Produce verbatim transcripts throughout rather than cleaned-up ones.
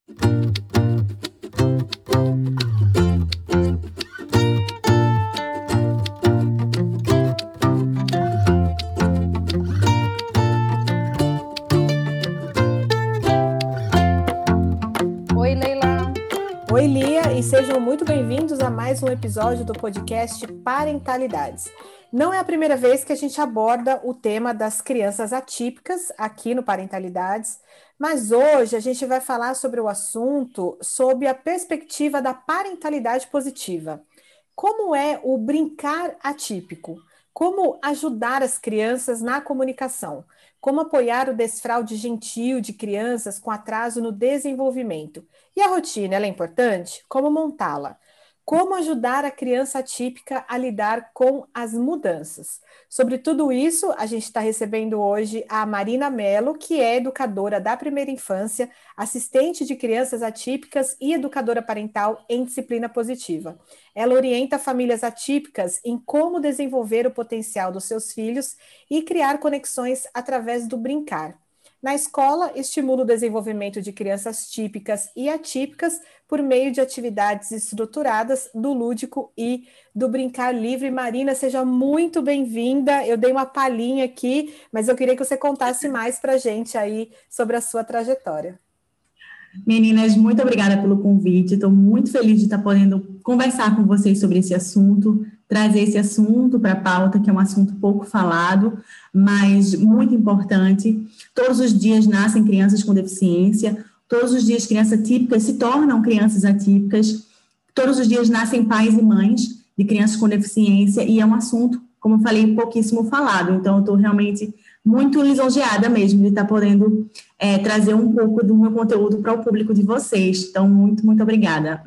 Oi, Leila. Oi, Lia, e sejam muito bem-vindos a mais um episódio do podcast Parentalidades. Não é a primeira vez que a gente aborda o tema das crianças atípicas aqui no Parentalidades, mas hoje a gente vai falar sobre o assunto sob a perspectiva da parentalidade positiva. Como é o brincar atípico? Como ajudar as crianças na comunicação? Como apoiar o desfraude gentil de crianças com atraso no desenvolvimento? E a rotina, ela é importante? Como montá-la? Como ajudar a criança atípica a lidar com as mudanças? Sobre tudo isso, a gente está recebendo hoje a Marina Mello, que é educadora da primeira infância, assistente de crianças atípicas e educadora parental em disciplina positiva. Ela orienta famílias atípicas em como desenvolver o potencial dos seus filhos e criar conexões através do brincar. Na escola, estimula o desenvolvimento de crianças típicas e atípicas por meio de atividades estruturadas do lúdico e do brincar livre. Marina, seja muito bem-vinda. Eu dei uma palhinha aqui, mas eu queria que você contasse mais para a gente aí sobre a sua trajetória. Meninas, muito obrigada pelo convite. Estou muito feliz de estar podendo conversar com vocês sobre esse assunto, trazer esse assunto para a pauta, que é um assunto pouco falado, mas muito importante. Todos os dias nascem crianças com deficiência, todos os dias crianças atípicas se tornam crianças atípicas, todos os dias nascem pais e mães de crianças com deficiência, e é um assunto, como eu falei, pouquíssimo falado. Então, eu estou realmente muito lisonjeada mesmo de estar podendo é, trazer um pouco do meu conteúdo para o público de vocês. Então, muito, muito obrigada.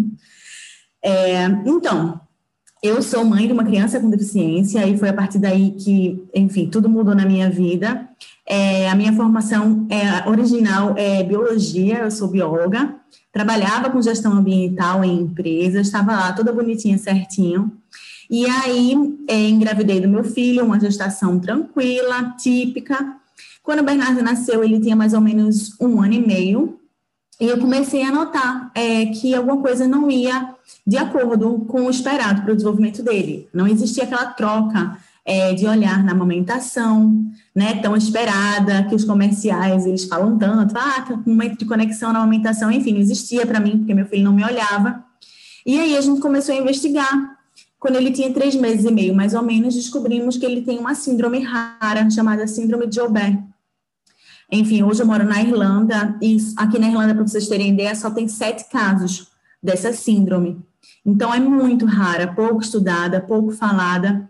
é, então, eu sou mãe de uma criança com deficiência e foi a partir daí que, enfim, tudo mudou na minha vida. É, a minha formação é, original é biologia, eu sou bióloga, trabalhava com gestão ambiental em empresas, estava lá toda bonitinha, certinho. E aí, é, engravidei do meu filho, uma gestação tranquila, típica. Quando o Bernardo nasceu, ele tinha mais ou menos um ano e meio, e eu comecei a notar é, que alguma coisa não ia de acordo com o esperado para o desenvolvimento dele. Não existia aquela troca é, de olhar na amamentação, né, tão esperada, que os comerciais, eles falam tanto, ah, tá com um momento de conexão na amamentação, enfim, não existia para mim, porque meu filho não me olhava. E aí a gente começou a investigar. Quando ele tinha três meses e meio, mais ou menos, descobrimos que ele tem uma síndrome rara, chamada síndrome de Joubert. Enfim, hoje eu moro na Irlanda, e aqui na Irlanda, para vocês terem ideia, só tem sete casos dessa síndrome. Então, é muito rara, pouco estudada, pouco falada.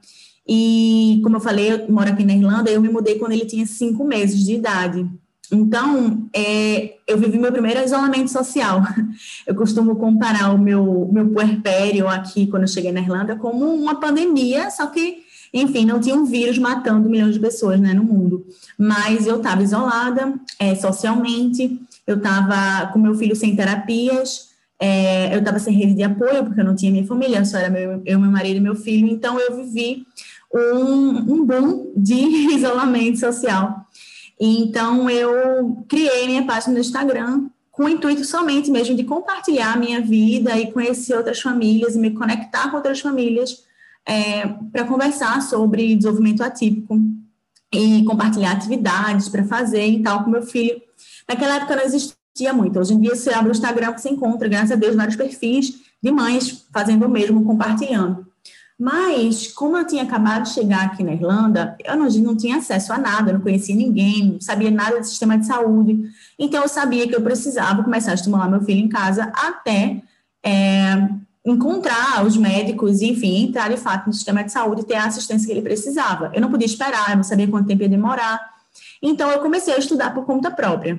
E, como eu falei, eu moro aqui na Irlanda, eu me mudei quando ele tinha cinco meses de idade. Então, é, eu vivi meu primeiro isolamento social. Eu costumo comparar o meu, meu puerpério aqui, quando eu cheguei na Irlanda, como uma pandemia, só que, enfim, não tinha um vírus matando milhões de pessoas, né, no mundo. Mas eu estava isolada, é, socialmente, eu estava com meu filho sem terapias, é, eu estava sem rede de apoio, porque eu não tinha minha família, só era meu, eu, meu marido e meu filho, então eu vivi um, um boom de isolamento social. Então, eu criei minha página no Instagram com o intuito somente mesmo de compartilhar a minha vida e conhecer outras famílias e me conectar com outras famílias é, para conversar sobre desenvolvimento atípico e compartilhar atividades para fazer e tal com meu filho. Naquela época não existia muito. Hoje em dia, você abre o Instagram, você encontra, graças a Deus, vários perfis de mães fazendo o mesmo, compartilhando. Mas, como eu tinha acabado de chegar aqui na Irlanda, eu não, não tinha acesso a nada, eu não conhecia ninguém, não sabia nada do sistema de saúde. Então, eu sabia que eu precisava começar a estimular meu filho em casa até é, encontrar os médicos, enfim, entrar de fato no sistema de saúde e ter a assistência que ele precisava. Eu não podia esperar, eu não sabia quanto tempo ia demorar. Então, eu comecei a estudar por conta própria.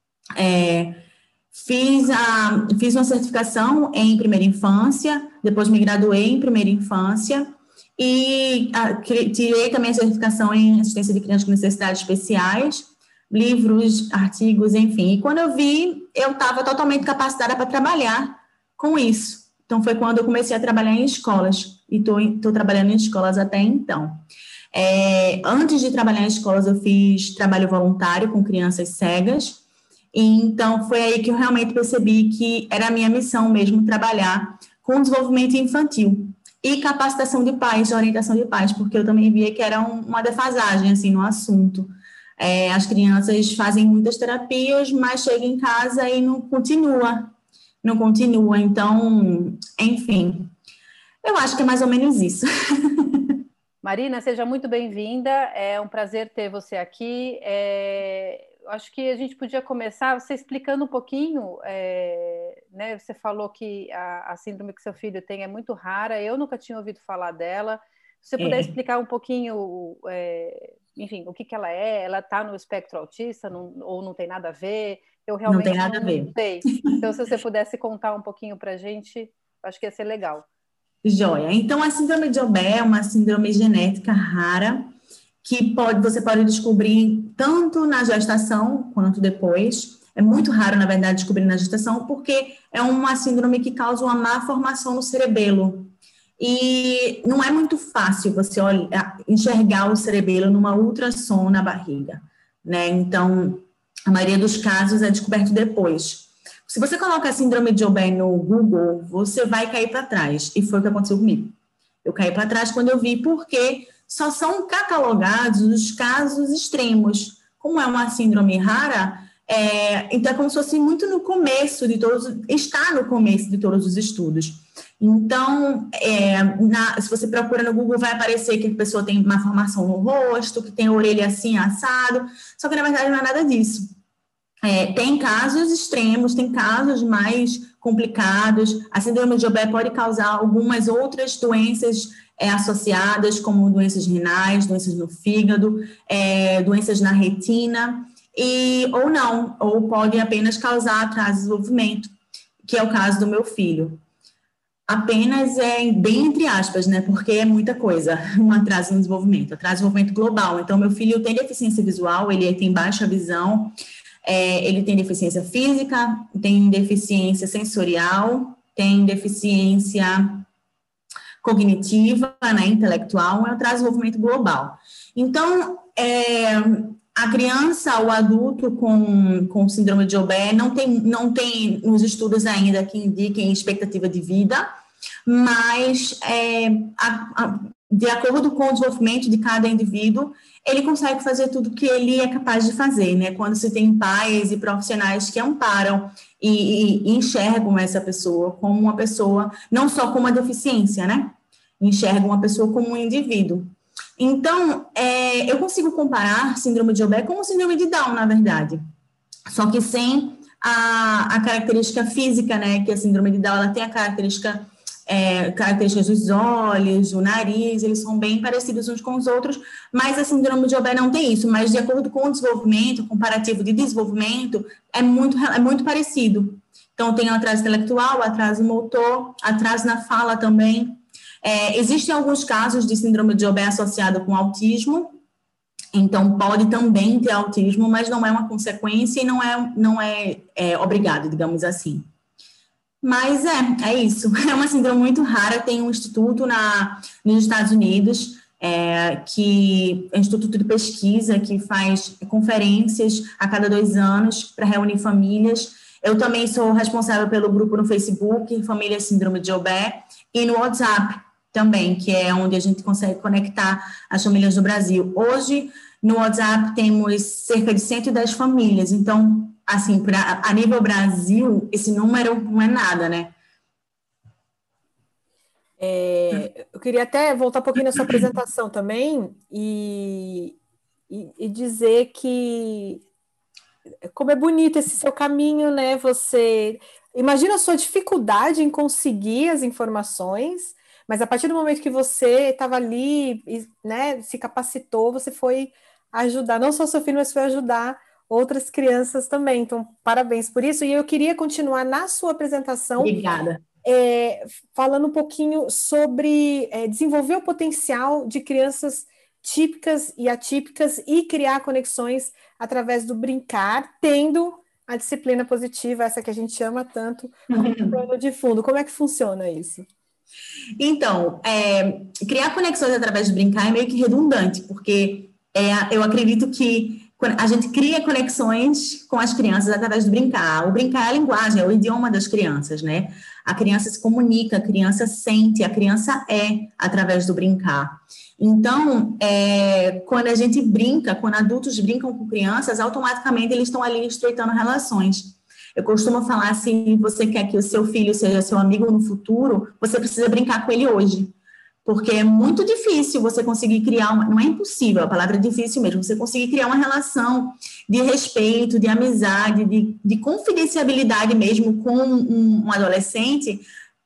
É... Fiz, a, fiz uma certificação em primeira infância, depois me graduei em primeira infância e a, tirei também a certificação em assistência de crianças com necessidades especiais, livros, artigos, enfim. E quando eu vi, eu estava totalmente capacitada para trabalhar com isso. Então, foi quando eu comecei a trabalhar em escolas e estou trabalhando em escolas até então. É, antes de trabalhar em escolas, eu fiz trabalho voluntário com crianças cegas. E então foi aí que eu realmente percebi que era a minha missão mesmo trabalhar com desenvolvimento infantil e capacitação de pais, de orientação de pais, porque eu também via que era um, uma defasagem assim no assunto. É, as crianças fazem muitas terapias, mas chegam em casa e não continua, não continua. Então, enfim, eu acho que é mais ou menos isso. Marina, seja muito bem-vinda, é um prazer ter você aqui. É, acho que a gente podia começar você explicando um pouquinho, é, né, você falou que a, a síndrome que seu filho tem é muito rara, eu nunca tinha ouvido falar dela. Se você puder É. explicar um pouquinho, é, enfim, o que, que ela é, ela está no espectro autista não, ou não tem nada a ver? Eu realmente não tem nada não a ver. sei. Então, se você pudesse contar um pouquinho para a gente, acho que ia ser legal. Joia. Então, a síndrome de Obé é uma síndrome genética rara que pode, você pode descobrir tanto na gestação quanto depois. É muito raro, na verdade, descobrir na gestação, porque é uma síndrome que causa uma má formação no cerebelo. E não é muito fácil você olhar, enxergar o cerebelo numa ultrassom na barriga, né? Então, a maioria dos casos é descoberto depois. Se você coloca a síndrome de Obé no Google, você vai cair para trás. E foi o que aconteceu comigo. Eu caí para trás quando eu vi, porque só são catalogados os casos extremos. Como é uma síndrome rara, é, então é como se fosse muito no começo de todos, está no começo de todos os estudos. Então, é, na, se você procura no Google, vai aparecer que a pessoa tem uma formação no rosto, que tem a orelha assim, assado, só que na verdade não é nada disso. É, tem casos extremos, tem casos mais complicados. A síndrome de Obé pode causar algumas outras doenças é, associadas, como doenças renais, doenças no fígado, é, doenças na retina, e, ou não, ou pode apenas causar atraso de desenvolvimento, que é o caso do meu filho. Apenas é bem entre aspas, né? Porque é muita coisa, um atraso no desenvolvimento, atraso de desenvolvimento global. Então, meu filho tem deficiência visual, ele tem baixa visão. É, ele tem deficiência física, tem deficiência sensorial, tem deficiência cognitiva, né, intelectual, é um atraso de desenvolvimento global. Então, é, a criança, o adulto com, com síndrome de Obé não tem, não tem nos estudos ainda que indiquem expectativa de vida, mas é, a, a, de acordo com o desenvolvimento de cada indivíduo, ele consegue fazer tudo que ele é capaz de fazer, né? Quando se tem pais e profissionais que amparam e, e, e enxergam essa pessoa como uma pessoa, não só como uma deficiência, né? Enxergam uma pessoa como um indivíduo. Então, é, eu consigo comparar síndrome de Obé com síndrome de Down, na verdade. Só que sem a, a característica física, né? Que a síndrome de Down, ela tem a característica... É, características dos olhos, o nariz, eles são bem parecidos uns com os outros, mas a síndrome de Obé não tem isso, mas de acordo com o desenvolvimento, comparativo de desenvolvimento, é muito, é muito parecido. Então, tem atraso intelectual, atraso motor, atraso na fala também. É, existem alguns casos de síndrome de Obé associado com autismo, então pode também ter autismo, mas não é uma consequência e não é, não é, é obrigado, digamos assim. Mas é, é isso. É uma síndrome muito rara. Tem um instituto na, nos Estados Unidos, é, que é um instituto de pesquisa que faz conferências a cada dois anos para reunir famílias. Eu também sou responsável pelo grupo no Facebook, Família Síndrome de Obé, e no WhatsApp também, que é onde a gente consegue conectar as famílias do Brasil. Hoje, no WhatsApp, temos cerca de cento e dez famílias, então... Assim, pra, a nível Brasil, esse número não é nada, né? É, eu queria até voltar um pouquinho na sua apresentação também e, e, e dizer que como é bonito esse seu caminho, né? Você imagina a sua dificuldade em conseguir as informações, mas a partir do momento que você estava ali, né, se capacitou, você foi ajudar, não só seu filho, mas foi ajudar outras crianças também. Então, parabéns por isso. E eu queria continuar na sua apresentação. Obrigada. É, falando um pouquinho sobre é, desenvolver o potencial de crianças típicas e atípicas e criar conexões através do brincar, tendo a disciplina positiva, essa que a gente ama tanto, como plano de fundo. Como é que funciona isso? Então, é, criar conexões através de brincar é meio que redundante, porque é, eu acredito que a gente cria conexões com as crianças através do brincar. O brincar é a linguagem, é o idioma das crianças, né? A criança se comunica, a criança sente, a criança é através do brincar. Então, é, quando a gente brinca, quando adultos brincam com crianças, automaticamente eles estão ali estreitando relações. Eu costumo falar, se você quer que o seu filho seja seu amigo no futuro, você precisa brincar com ele hoje. Porque é muito difícil você conseguir criar, uma, não é impossível, a palavra é difícil mesmo, você conseguir criar uma relação de respeito, de amizade, de, de confidencialidade mesmo com um, um adolescente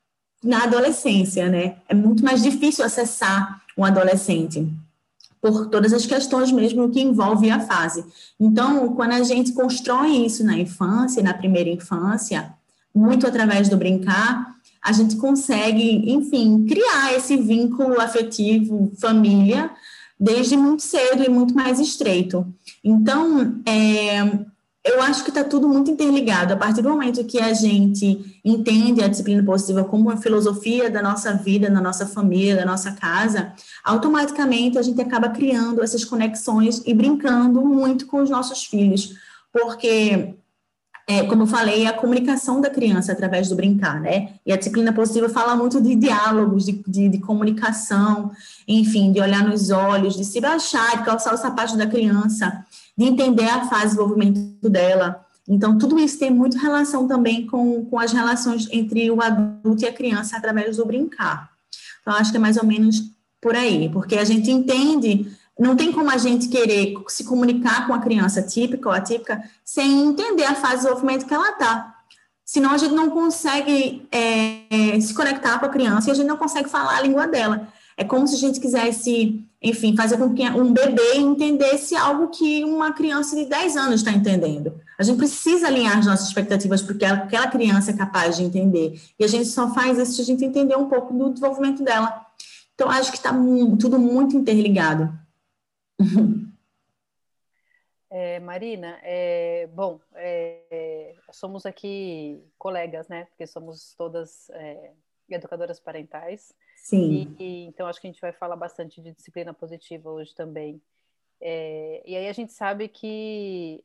na adolescência, né? É muito mais difícil acessar um adolescente, por todas as questões mesmo que envolvem a fase. Então, quando a gente constrói isso na infância, na primeira infância, muito através do brincar, a gente consegue, enfim, criar esse vínculo afetivo, família, desde muito cedo e muito mais estreito. Então, é, eu acho que está tudo muito interligado. A partir do momento que a gente entende a disciplina positiva como uma filosofia da nossa vida, da nossa família, da nossa casa, automaticamente a gente acaba criando essas conexões e brincando muito com os nossos filhos, porque... É, como eu falei, a comunicação da criança através do brincar, né? E a disciplina positiva fala muito de diálogos, de, de, de comunicação, enfim, de olhar nos olhos, de se baixar, de calçar os sapatos da criança, de entender a fase de desenvolvimento dela. Então, tudo isso tem muito relação também com, com as relações entre o adulto e a criança através do brincar. Então, acho que é mais ou menos por aí, porque a gente entende... Não tem como a gente querer se comunicar com a criança típica ou atípica sem entender a fase de desenvolvimento que ela está. Senão a gente não consegue é, se conectar com a criança e a gente não consegue falar a língua dela. É como se a gente quisesse, enfim, fazer com que um bebê entendesse algo que uma criança de dez anos está entendendo. A gente precisa alinhar as nossas expectativas porque aquela criança é capaz de entender. E a gente só faz isso se a gente entender um pouco do desenvolvimento dela. Então, acho que está tudo muito interligado. É, Marina, é, bom, é, somos aqui colegas, né? Porque somos todas é, educadoras parentais. Sim. E, e, então, acho que a gente vai falar bastante de disciplina positiva hoje também. É, e aí a gente sabe que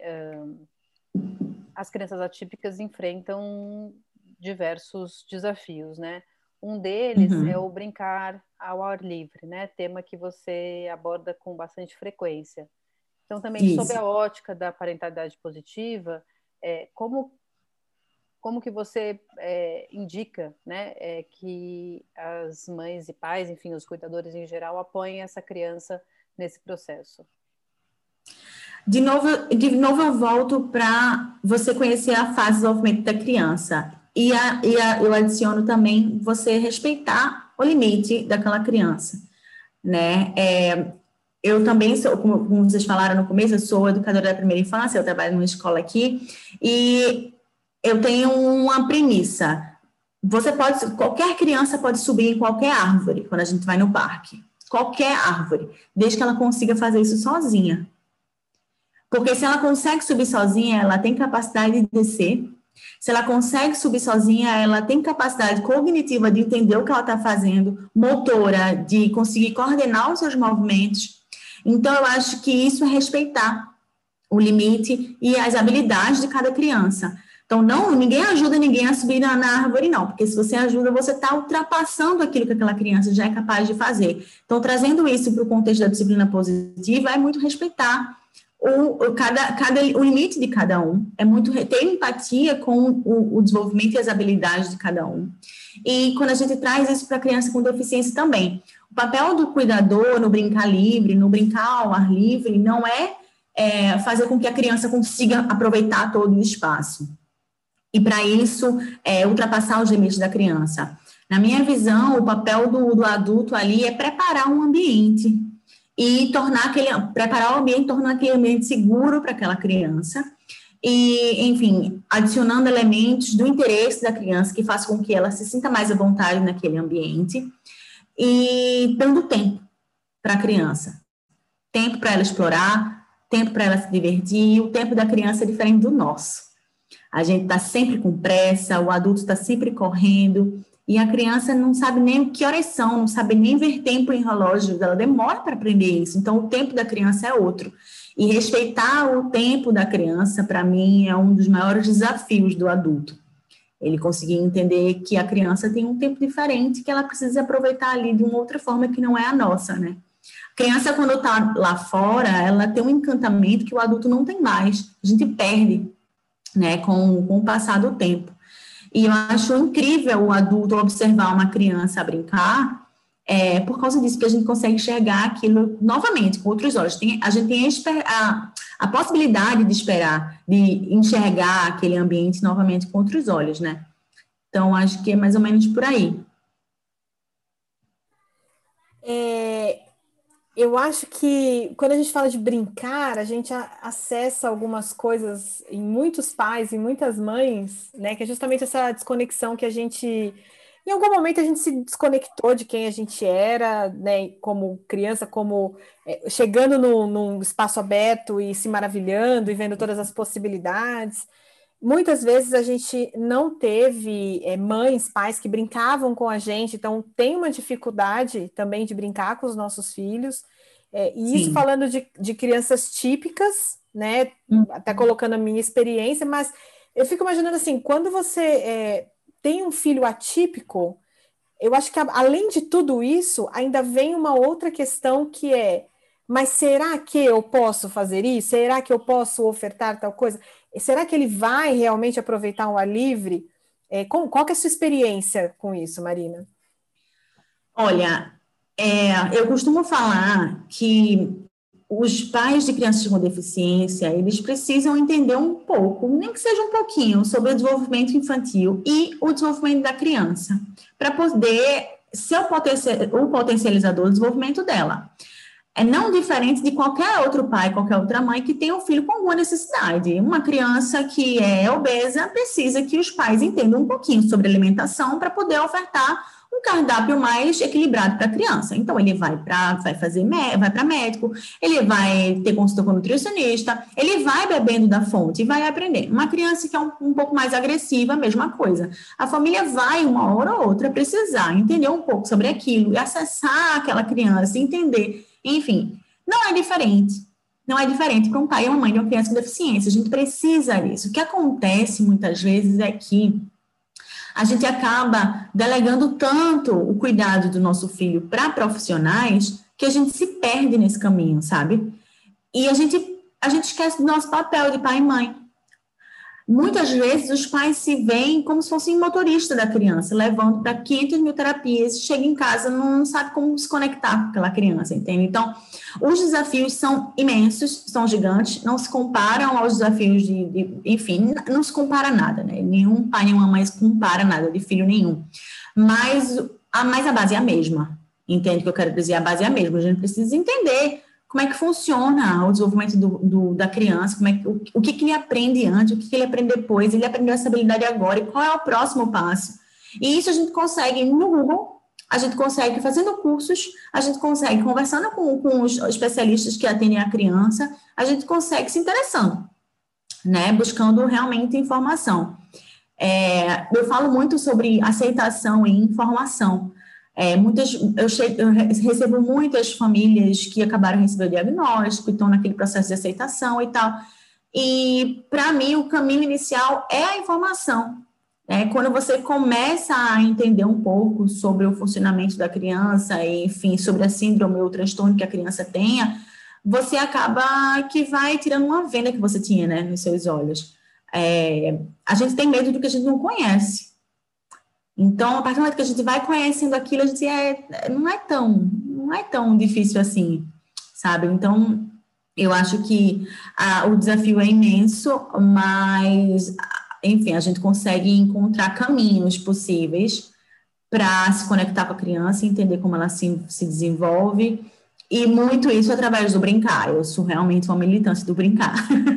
um, as crianças atípicas enfrentam diversos desafios, né? Um deles uhum. é o brincar ao ar livre, né? Tema que você aborda com bastante frequência. Então, também, Isso. sob a ótica da parentalidade positiva, é, como, como que você é, indica, né, é, que as mães e pais, enfim, os cuidadores em geral, apoiem essa criança nesse processo? De novo, de novo eu volto para você conhecer a fase de desenvolvimento da criança. E, a, e a, eu adiciono também você respeitar o limite daquela criança, né? É, eu também sou, como, como vocês falaram no começo, eu sou educadora da primeira infância, eu trabalho numa escola aqui, e eu tenho uma premissa. Você pode, qualquer criança pode subir em qualquer árvore quando a gente vai no parque. Qualquer árvore, desde que ela consiga fazer isso sozinha. Porque se ela consegue subir sozinha, ela tem capacidade de descer. Se ela consegue subir sozinha, ela tem capacidade cognitiva de entender o que ela está fazendo, motora, de conseguir coordenar os seus movimentos. Então, eu acho que isso é respeitar o limite e as habilidades de cada criança. Então, não, ninguém ajuda ninguém a subir na, na árvore, não, porque se você ajuda, você está ultrapassando aquilo que aquela criança já é capaz de fazer. Então, trazendo isso para o contexto da disciplina positiva, é muito respeitar O, o, cada, cada, o limite de cada um, é muito ter empatia com o, o desenvolvimento e as habilidades de cada um. E quando a gente traz isso para a criança com deficiência também, o papel do cuidador no brincar livre, no brincar ao ar livre, não é, é fazer com que a criança consiga aproveitar todo o espaço. E para isso, é, ultrapassar os limites da criança. Na minha visão, o papel do, do adulto ali é preparar um ambiente e tornar aquele, preparar o ambiente, tornar aquele ambiente seguro para aquela criança e, enfim, adicionando elementos do interesse da criança que façam com que ela se sinta mais à vontade naquele ambiente e dando tempo para a criança. Tempo para ela explorar, tempo para ela se divertir, e o tempo da criança é diferente do nosso. A gente está sempre com pressa, o adulto está sempre correndo, e a criança não sabe nem que horas são, não sabe nem ver tempo em relógio, ela demora para aprender isso, então o tempo da criança é outro. E respeitar o tempo da criança, para mim, é um dos maiores desafios do adulto. Ele conseguir entender que a criança tem um tempo diferente, que ela precisa aproveitar ali de uma outra forma que não é a nossa, né? A criança, quando está lá fora, ela tem um encantamento que o adulto não tem mais. A gente perde, né, com, com o passar do tempo. E eu acho incrível o adulto observar uma criança brincar, é, por causa disso, que a gente consegue enxergar aquilo novamente, com outros olhos. Tem, a gente tem a, a, a possibilidade de esperar, de enxergar aquele ambiente novamente com outros olhos, né? Então, acho que é mais ou menos por aí. É, eu acho que quando a gente fala de brincar, a gente a- acessa algumas coisas em muitos pais, em muitas mães, né? Que é justamente essa desconexão que a gente, em algum momento, a gente se desconectou de quem a gente era, né? Como criança, como é, chegando no, num espaço aberto e se maravilhando e vendo todas as possibilidades. Muitas vezes a gente não teve é, mães, pais que brincavam com a gente, então tem uma dificuldade também de brincar com os nossos filhos. É, e isso Sim. falando de, de crianças típicas, né? Hum. Até colocando a minha experiência, mas eu fico imaginando assim, quando você é, tem um filho atípico, eu acho que além de tudo isso, ainda vem uma outra questão que é, mas será que eu posso fazer isso? Será que eu posso ofertar tal coisa? Será que ele vai realmente aproveitar um ar livre? É, com- qual que é a sua experiência com isso, Marina? Olha, é, eu costumo falar que os pais de crianças com deficiência, eles precisam entender um pouco, nem que seja um pouquinho, sobre o desenvolvimento infantil e o desenvolvimento da criança, para poder ser o, potencia- o potencializador do desenvolvimento dela. É não diferente de qualquer outro pai, qualquer outra mãe que tem um filho com alguma necessidade. Uma criança que é obesa precisa que os pais entendam um pouquinho sobre alimentação para poder ofertar um cardápio mais equilibrado para a criança. Então, ele vai para vai fazer vai para médico, ele vai ter consulta com o nutricionista, ele vai bebendo da fonte e vai aprender. Uma criança que é um, um pouco mais agressiva, a mesma coisa. A família vai, uma hora ou outra, precisar entender um pouco sobre aquilo e acessar aquela criança, entender. Enfim, não é diferente. Não é diferente para um pai e uma mãe de uma criança com deficiência. A gente precisa disso. O que acontece muitas vezes é que a gente acaba delegando tanto o cuidado do nosso filho para profissionais que a gente se perde nesse caminho, sabe? E a gente, a gente esquece do nosso papel de pai e mãe. Muitas vezes os pais se veem como se fossem motorista da criança, levando para quinhentas mil terapias, chega em casa não sabe como se conectar com aquela criança, entende? Então, os desafios são imensos, são gigantes, não se comparam aos desafios de, de enfim, não se compara nada, né? Nenhum pai, nenhuma mãe se compara nada de filho nenhum. Mas a, mas a base é a mesma, entende o que eu quero dizer? A base é a mesma, a gente precisa entender como é que funciona o desenvolvimento do, do, da criança, como é que, o, o que, que ele aprende antes, o que, que ele aprende depois, ele aprendeu essa habilidade agora, e qual é o próximo passo. E isso a gente consegue no Google, a gente consegue fazendo cursos, a gente consegue conversando com, com os especialistas que atendem a criança, a gente consegue se interessando, né, buscando realmente informação. É, eu falo muito sobre aceitação e informação. É, muitas, eu, che, eu recebo muitas famílias que acabaram de receber o diagnóstico, estão naquele processo de aceitação e tal. E, para mim, o caminho inicial é a informação. É, quando você começa a entender um pouco sobre o funcionamento da criança, e, enfim, sobre a síndrome ou o transtorno que a criança tenha, você acaba que vai tirando uma venda que você tinha, né, nos seus olhos. É, a gente tem medo do que a gente não conhece. Então, a partir do momento que a gente vai conhecendo aquilo, a gente é, não é tão, não é tão difícil assim, sabe? Então, eu acho que a, o desafio é imenso, mas, enfim, a gente consegue encontrar caminhos possíveis para se conectar com a criança, entender como ela se, se desenvolve, e muito isso através do brincar. Eu sou realmente uma militante do brincar.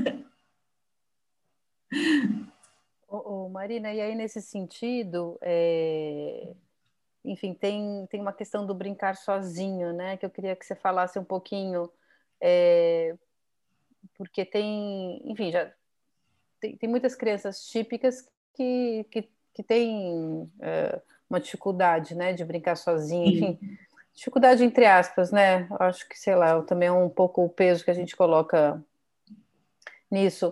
Ô, ô, Marina, e aí nesse sentido, é, enfim, tem, tem uma questão do brincar sozinho, né? Que eu queria que você falasse um pouquinho, é, porque tem, enfim, já tem, tem muitas crianças típicas que, que, que têm é, uma dificuldade, né, de brincar sozinho, enfim. Sim. dificuldade entre aspas, né? Eu acho que, sei lá, também é um pouco o peso que a gente coloca nisso.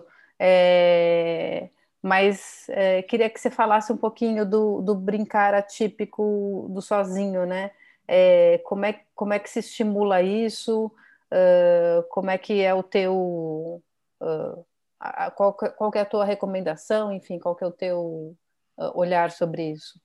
É, mas é, queria que você falasse um pouquinho do, do brincar atípico do sozinho, né? É, como é, como é que se estimula isso? Uh, como é que é o teu... Uh, a, qual, qual que é a tua recomendação? Enfim, qual que é o teu uh, olhar sobre isso?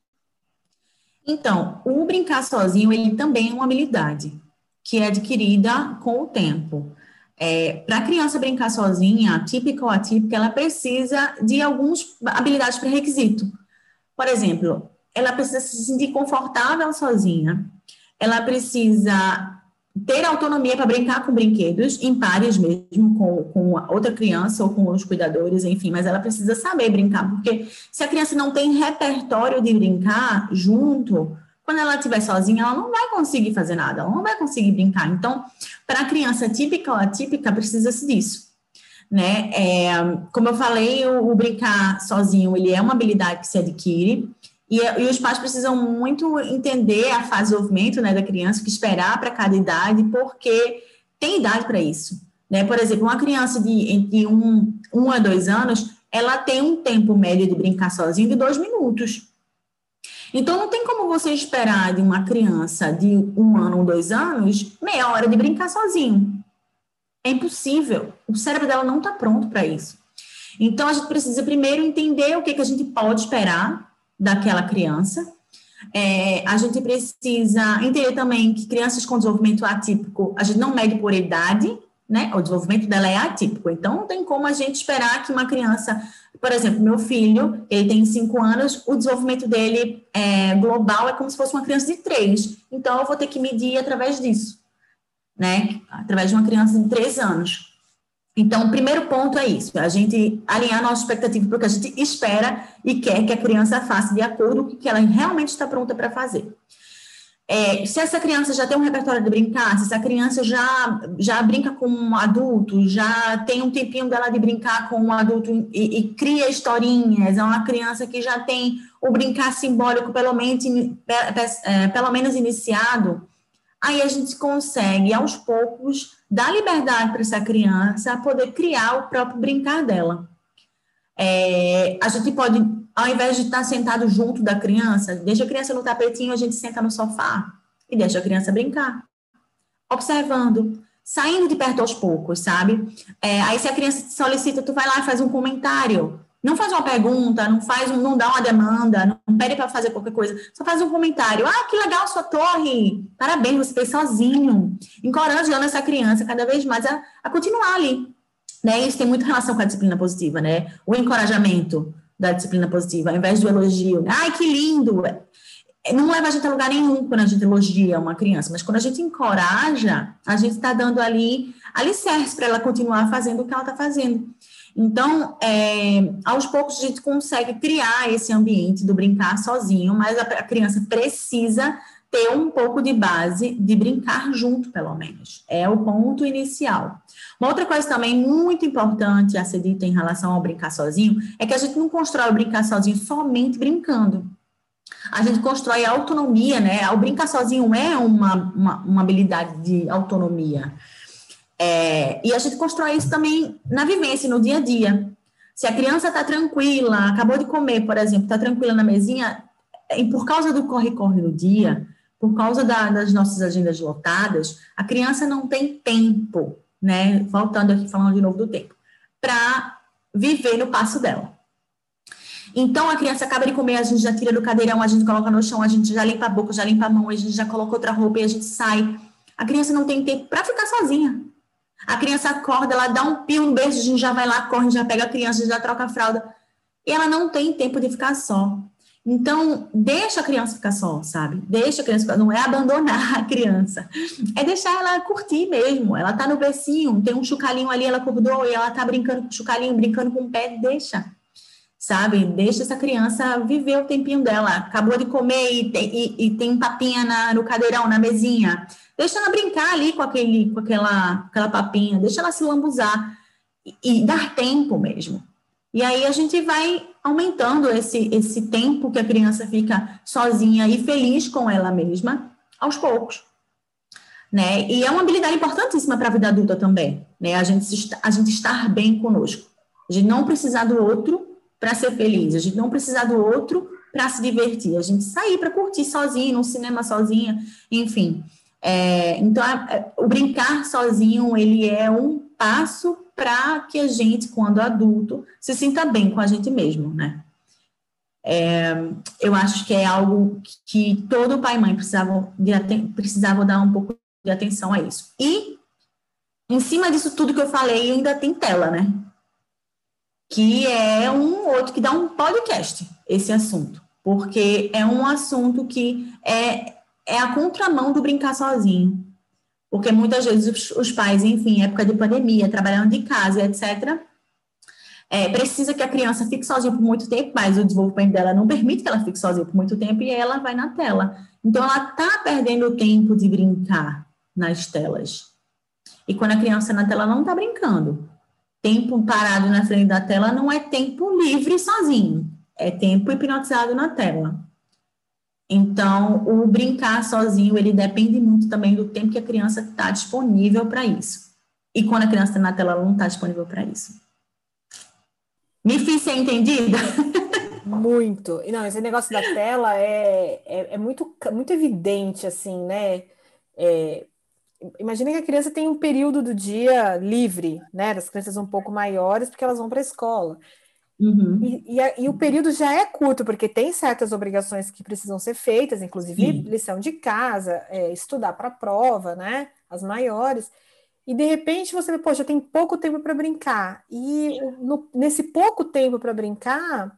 Então, o brincar sozinho, ele também é uma habilidade que é adquirida com o tempo. É, para a criança brincar sozinha, típica ou atípica, ela precisa de algumas habilidades pré-requisito. Por exemplo, ela precisa se sentir confortável sozinha, ela precisa ter autonomia para brincar com brinquedos, em pares mesmo, com, com outra criança ou com os cuidadores, enfim, mas ela precisa saber brincar, porque se a criança não tem repertório de brincar junto, quando ela estiver sozinha, ela não vai conseguir fazer nada, ela não vai conseguir brincar. Então, para a criança típica ou atípica, precisa-se disso. Né? É, como eu falei, o, o brincar sozinho, ele é uma habilidade que se adquire, e, e os pais precisam muito entender a fase de desenvolvimento, né, da criança, que esperar para cada idade, porque tem idade para isso. Né? Por exemplo, uma criança de entre um, um a dois anos, ela tem um tempo médio de brincar sozinho de dois minutos. Então, não tem como você esperar de uma criança de um ano ou dois anos meia hora de brincar sozinho. É impossível. O cérebro dela não está pronto para isso. Então, a gente precisa primeiro entender o que, que a gente pode esperar daquela criança. É, a gente precisa entender também que crianças com desenvolvimento atípico, a gente não mede por idade, né? O desenvolvimento dela é atípico. Então, não tem como a gente esperar que uma criança... Por exemplo, meu filho, ele tem cinco anos, o desenvolvimento dele é, global é como se fosse uma criança de três. Então, eu vou ter que medir através disso. Né, através de uma criança de três anos. Então, o primeiro ponto é isso, a gente alinhar a nossa expectativa para o que a gente espera e quer que a criança faça de acordo com o que ela realmente está pronta para fazer. É, se essa criança já tem um repertório de brincar, se essa criança já, já brinca com um adulto, já tem um tempinho dela de brincar com um adulto e, e cria historinhas, é uma criança que já tem o brincar simbólico pelo menos, pelo menos iniciado, aí a gente consegue, aos poucos, dar liberdade para essa criança poder criar o próprio brincar dela. É, a gente pode, ao invés de estar sentado junto da criança, deixa a criança no tapetinho, a gente senta no sofá e deixa a criança brincar, observando, saindo de perto aos poucos, sabe? É, aí se a criança te solicita, tu vai lá e faz um comentário. Não faz uma pergunta, não faz um, não dá uma demanda, não pede para fazer qualquer coisa, só faz um comentário. Ah, que legal sua torre, parabéns, você fez sozinho. Encorajando essa criança cada vez mais a, a continuar ali. Né? Isso tem muita relação com a disciplina positiva, né? O encorajamento da disciplina positiva, ao invés do elogio. Ai, que lindo! Não leva a gente a lugar nenhum quando a gente elogia uma criança, mas quando a gente encoraja, a gente está dando ali alicerce para ela continuar fazendo o que ela está fazendo. Então, é, aos poucos a gente consegue criar esse ambiente do brincar sozinho, mas a, a criança precisa ter um pouco de base de brincar junto, pelo menos. É o ponto inicial. Uma outra coisa também muito importante a ser dita em relação ao brincar sozinho é que a gente não constrói o brincar sozinho somente brincando. A gente constrói a autonomia, né? O brincar sozinho é uma, uma, uma habilidade de autonomia. É, e a gente constrói isso também na vivência, no dia a dia. Se a criança está tranquila, acabou de comer, por exemplo, está tranquila na mesinha, e por causa do corre-corre do dia, por causa da, das nossas agendas lotadas, a criança não tem tempo, né? Voltando aqui, falando de novo do tempo, para viver no passo dela. Então, a criança acaba de comer, a gente já tira do cadeirão, a gente coloca no chão, a gente já limpa a boca, já limpa a mão, a gente já coloca outra roupa e a gente sai. A criança não tem tempo para ficar sozinha. A criança acorda, ela dá um pio, um beijo, a gente já vai lá, corre, já pega a criança, já troca a fralda. E ela não tem tempo de ficar só. Então, deixa a criança ficar só, sabe? Deixa a criança ficar, não é abandonar a criança. É deixar ela curtir mesmo. Ela tá no bercinho, tem um chocalhinho ali, ela acordou e ela tá brincando com o chocalhinho, brincando com o pé, deixa. Sabe? Deixa essa criança viver o tempinho dela. Acabou de comer e tem, e, e tem papinha na, no cadeirão, na mesinha. Deixa ela brincar ali com, aquele, com aquela, aquela papinha, deixa ela se lambuzar e, e dar tempo mesmo. E aí a gente vai aumentando esse, esse tempo que a criança fica sozinha e feliz com ela mesma, aos poucos, né? E é uma habilidade importantíssima para a vida adulta também, né? A gente, se- a gente estar bem conosco. A gente não precisar do outro para ser feliz, a gente não precisar do outro para se divertir, a gente sair para curtir sozinho, num cinema sozinha, enfim. É, então, a- a- o brincar sozinho, ele é um passo para que a gente, quando adulto, se sinta bem com a gente mesmo, né? Eu acho que é algo que todo pai e mãe precisavam, de aten- precisavam dar um pouco de atenção a isso. E, em cima disso tudo que eu falei, ainda tem tela, né? Que é um outro que dá um podcast, esse assunto. Porque é um assunto que é, é a contramão do brincar sozinho. Porque muitas vezes os, os pais, enfim, época de pandemia, trabalhando de casa, etcétera, é, precisa que a criança fique sozinha por muito tempo, mas o desenvolvimento dela não permite que ela fique sozinha por muito tempo e ela vai na tela. Então, ela está perdendo o tempo de brincar nas telas. E quando a criança na tela não está brincando, tempo parado na frente da tela não é tempo livre sozinho, é tempo hipnotizado na tela. Então, o brincar sozinho, ele depende muito também do tempo que a criança está disponível para isso. E quando a criança está na tela, ela não está disponível para isso. Me fiz ser entendida? Muito. E não, esse negócio da tela é, é, é muito, muito evidente, assim, né? É, imagina que a criança tem um período do dia livre, né? Das crianças um pouco maiores, porque elas vão para a escola. Uhum. E, e, a- e o período já é curto, porque tem certas obrigações que precisam ser feitas, inclusive Sim. lição de casa, é, estudar para a prova, né? As maiores. E de repente você vê, poxa, tem pouco tempo para brincar. E o- no- nesse pouco tempo para brincar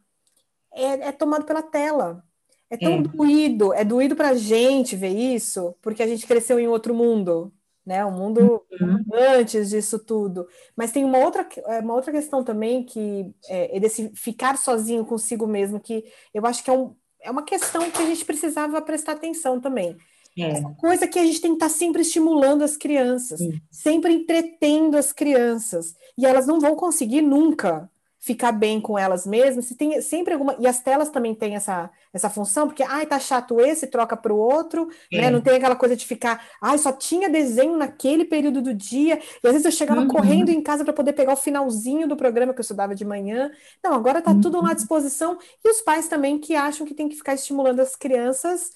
é, é tomado pela tela. É tão É. doído, é doído para a gente ver isso, porque a gente cresceu em outro mundo, né? Um mundo Uhum. antes disso tudo. Mas tem uma outra, é, uma outra questão também que é, é desse ficar sozinho consigo mesmo, que eu acho que é, um, é uma questão que a gente precisava prestar atenção também. Essa É. coisa que a gente tem que estar sempre estimulando as crianças, Sim. sempre entretendo as crianças, e elas não vão conseguir nunca ficar bem com elas mesmas. Se tem sempre alguma, e as telas também têm essa, essa função, porque ai, tá chato esse, troca para o outro, né? Não É. tem aquela coisa de ficar, ai, só tinha desenho naquele período do dia, e às vezes eu chegava correndo Uhum. em casa para poder pegar o finalzinho do programa que eu estudava de manhã. Não, agora tá tudo lá à Uhum. disposição, e os pais também que acham que tem que ficar estimulando as crianças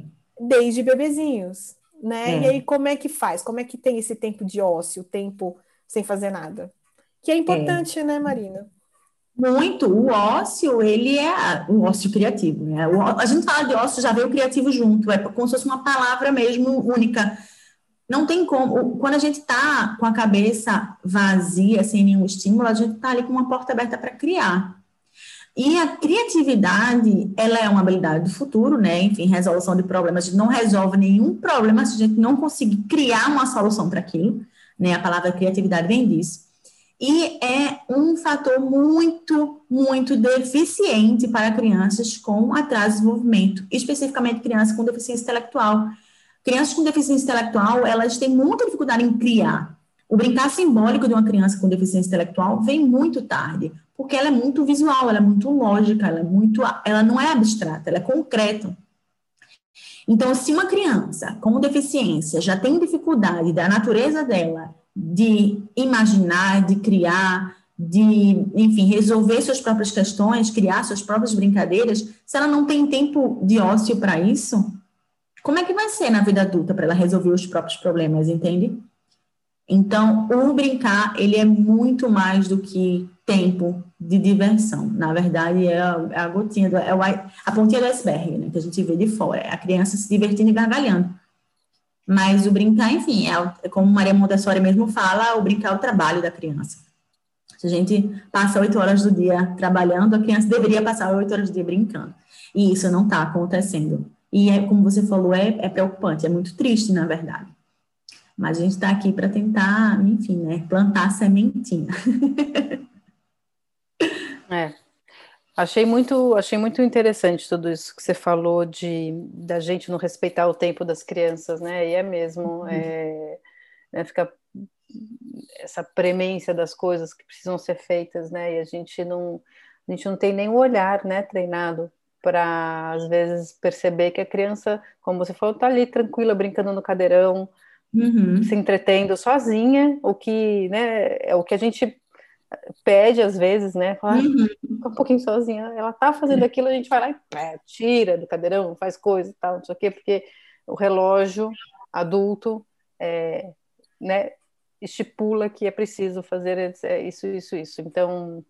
desde bebezinhos, né? E aí, É. como é que faz? Como é que tem esse tempo de ócio, tempo sem fazer nada? Que é É. importante, né, Marina? Muito. O ócio, ele é o ócio criativo, né? O ó- a gente fala de ócio, já vem o criativo junto, é como se fosse uma palavra mesmo única. Não tem como. o- Quando a gente está com a cabeça vazia, sem nenhum estímulo, a gente está ali com uma porta aberta para criar. E a criatividade, ela é uma habilidade do futuro, né? Enfim, resolução de problemas. A gente não resolve nenhum problema se a gente não conseguir criar uma solução para aquilo, né? A palavra criatividade vem disso. E é um fator muito, muito deficiente para crianças com atraso de desenvolvimento, especificamente crianças com deficiência intelectual. Crianças com deficiência intelectual, elas têm muita dificuldade em criar. O brincar simbólico de uma criança com deficiência intelectual vem muito tarde, porque ela é muito visual, ela é muito lógica, ela é muito, ela não é abstrata, ela é concreta. Então, se uma criança com deficiência já tem dificuldade da natureza dela de imaginar, de criar, de, enfim, resolver suas próprias questões, criar suas próprias brincadeiras, se ela não tem tempo de ócio para isso, como é que vai ser na vida adulta para ela resolver os próprios problemas, entende? Então, o brincar, ele é muito mais do que tempo de diversão. Na verdade, é a, é a gotinha, do, é o, a pontinha do iceberg, né, que a gente vê de fora. É a criança se divertindo e gargalhando. Mas o brincar, enfim, é, é como Maria Montessori mesmo fala, o brincar é o trabalho da criança. Se a gente passa oito horas do dia trabalhando, a criança deveria passar oito horas do dia brincando. E isso não está acontecendo. E, é, como você falou, é, é preocupante, é muito triste, na verdade. Mas a gente está aqui para tentar, enfim, né, plantar a sementinha. É. Achei muito, achei muito interessante tudo isso que você falou de da gente não respeitar o tempo das crianças, né? E é mesmo, é, né, fica essa premência das coisas que precisam ser feitas, né? E a gente não, a gente não tem nem o olhar, né, treinado para às vezes perceber que a criança, como você falou, tá ali tranquila brincando no cadeirão, uhum. se entretendo sozinha, o que, né, é o que a gente pede às vezes, né? Fala, Uhum. fica um pouquinho sozinha. Ela tá fazendo aquilo, a gente vai lá e pé, tira do cadeirão, faz coisa e tal, não sei o quê, porque o relógio adulto, é, né, estipula que é preciso fazer isso, isso, isso. Então,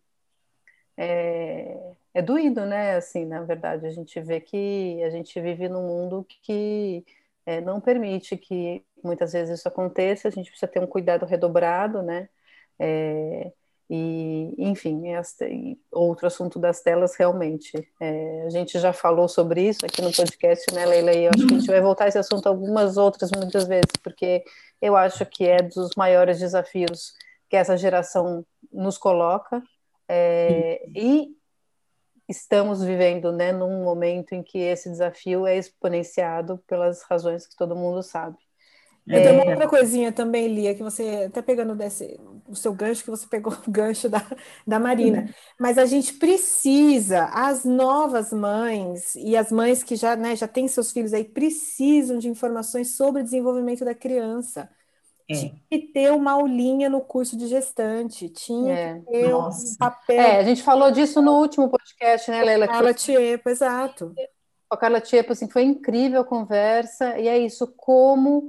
é, é doído, né? Assim, na verdade, a gente vê que a gente vive num mundo que é, não permite que muitas vezes isso aconteça, a gente precisa ter um cuidado redobrado, né? É, e, enfim, esta, e outro assunto das telas, realmente. É, a gente já falou sobre isso aqui no podcast, né, Leila? E eu acho que a gente vai voltar a esse assunto algumas outras, muitas vezes, porque eu acho que é dos maiores desafios que essa geração nos coloca. É, e estamos vivendo, né, num momento em que esse desafio é exponenciado pelas razões que todo mundo sabe. Eu tenho uma É, outra coisinha também, Lia, que você, até pegando desse, o seu gancho, que você pegou o gancho da, da Marina, mas a gente precisa, as novas mães e as mães que já, né, já têm seus filhos aí, precisam de informações sobre o desenvolvimento da criança. Tinha é. que ter uma aulinha no curso de gestante, tinha que É, ter um Nossa. é, papel a gente falou disso no último podcast, né, Leila? Que foi fala Tiepo, exato. com a Carla Tiepo, assim, foi incrível a conversa, e é isso, como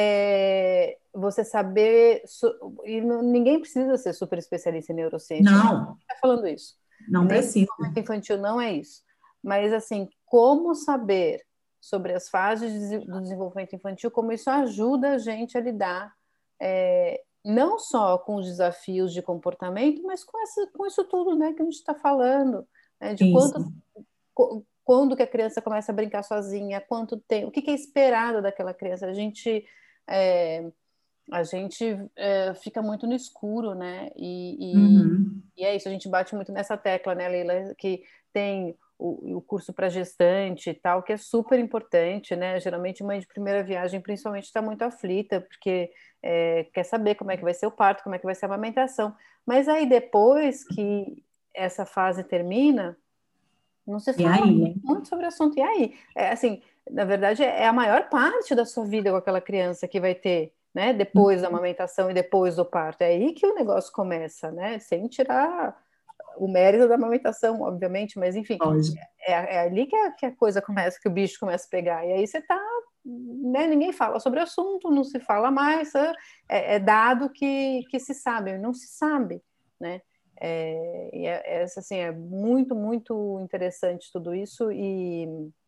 é, você saber, su- e não- ninguém precisa ser super especialista em neurociência, a gente Não, está falando isso, não nem precisa. desenvolvimento infantil não é isso, mas assim, como saber sobre as fases de dese- do desenvolvimento infantil, como isso ajuda a gente a lidar, é, não só com os desafios de comportamento, mas com, essa, com isso tudo, né, que a gente está falando, né, de quanto Isso. quando que a criança começa a brincar sozinha, quanto tempo, o que, que é esperado daquela criança. A gente, é, a gente é, fica muito no escuro, né? E, e, Uhum. e é isso, a gente bate muito nessa tecla, né, Leila? Que tem o, o curso para gestante e tal, que é super importante, né? Geralmente, mãe de primeira viagem, principalmente, está muito aflita, porque é, quer saber como é que vai ser o parto, como é que vai ser a amamentação. Mas aí, depois que essa fase termina, não se E fala aí, né? muito sobre o assunto. E aí? É, assim, na verdade, é a maior parte da sua vida com aquela criança que vai ter, né? Depois da amamentação e depois do parto. É aí que o negócio começa, né? Sem tirar o mérito da amamentação, obviamente, mas enfim, Lógico. é, é ali que a, que a coisa começa, que o bicho começa a pegar. E aí você tá, né? Ninguém fala sobre o assunto, não se fala mais, é, é dado que, que se sabe, não se sabe, né? É, e é, é, assim, é muito, muito interessante tudo isso e,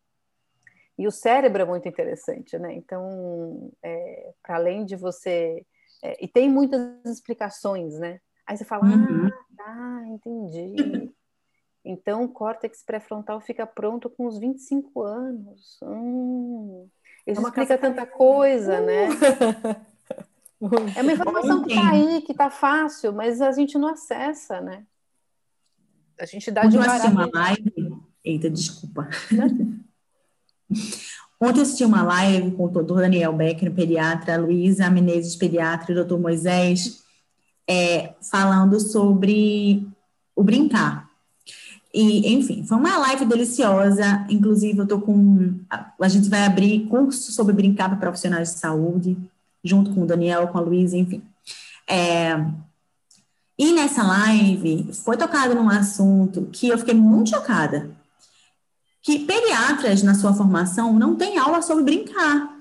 e o cérebro é muito interessante, né? Então, é, para além de você... É, e tem muitas explicações, né? Aí você fala, ah, Uhum. tá, entendi. Então, o córtex pré-frontal fica pronto com os vinte e cinco anos. Hum, É isso uma casa explica tanta caminho. coisa, né? Uh! É uma informação que está Ontem, aí, que está fácil, mas a gente não acessa, né? A gente dá ontem de eu assisti barato, uma live. Eita, desculpa. né? Ontem eu assisti uma live com o doutor Daniel Becker, pediatra, Luísa Menezes, pediatra, e o doutor Moisés, é, falando sobre o brincar. E, enfim, foi uma live deliciosa. Inclusive, eu tô com. A, a gente vai abrir curso sobre brincar para profissionais de saúde, junto com o Daniel, com a Luísa, enfim. É, e nessa live foi tocado num assunto que eu fiquei muito chocada. Que pediatras, na sua formação, não têm aula sobre brincar.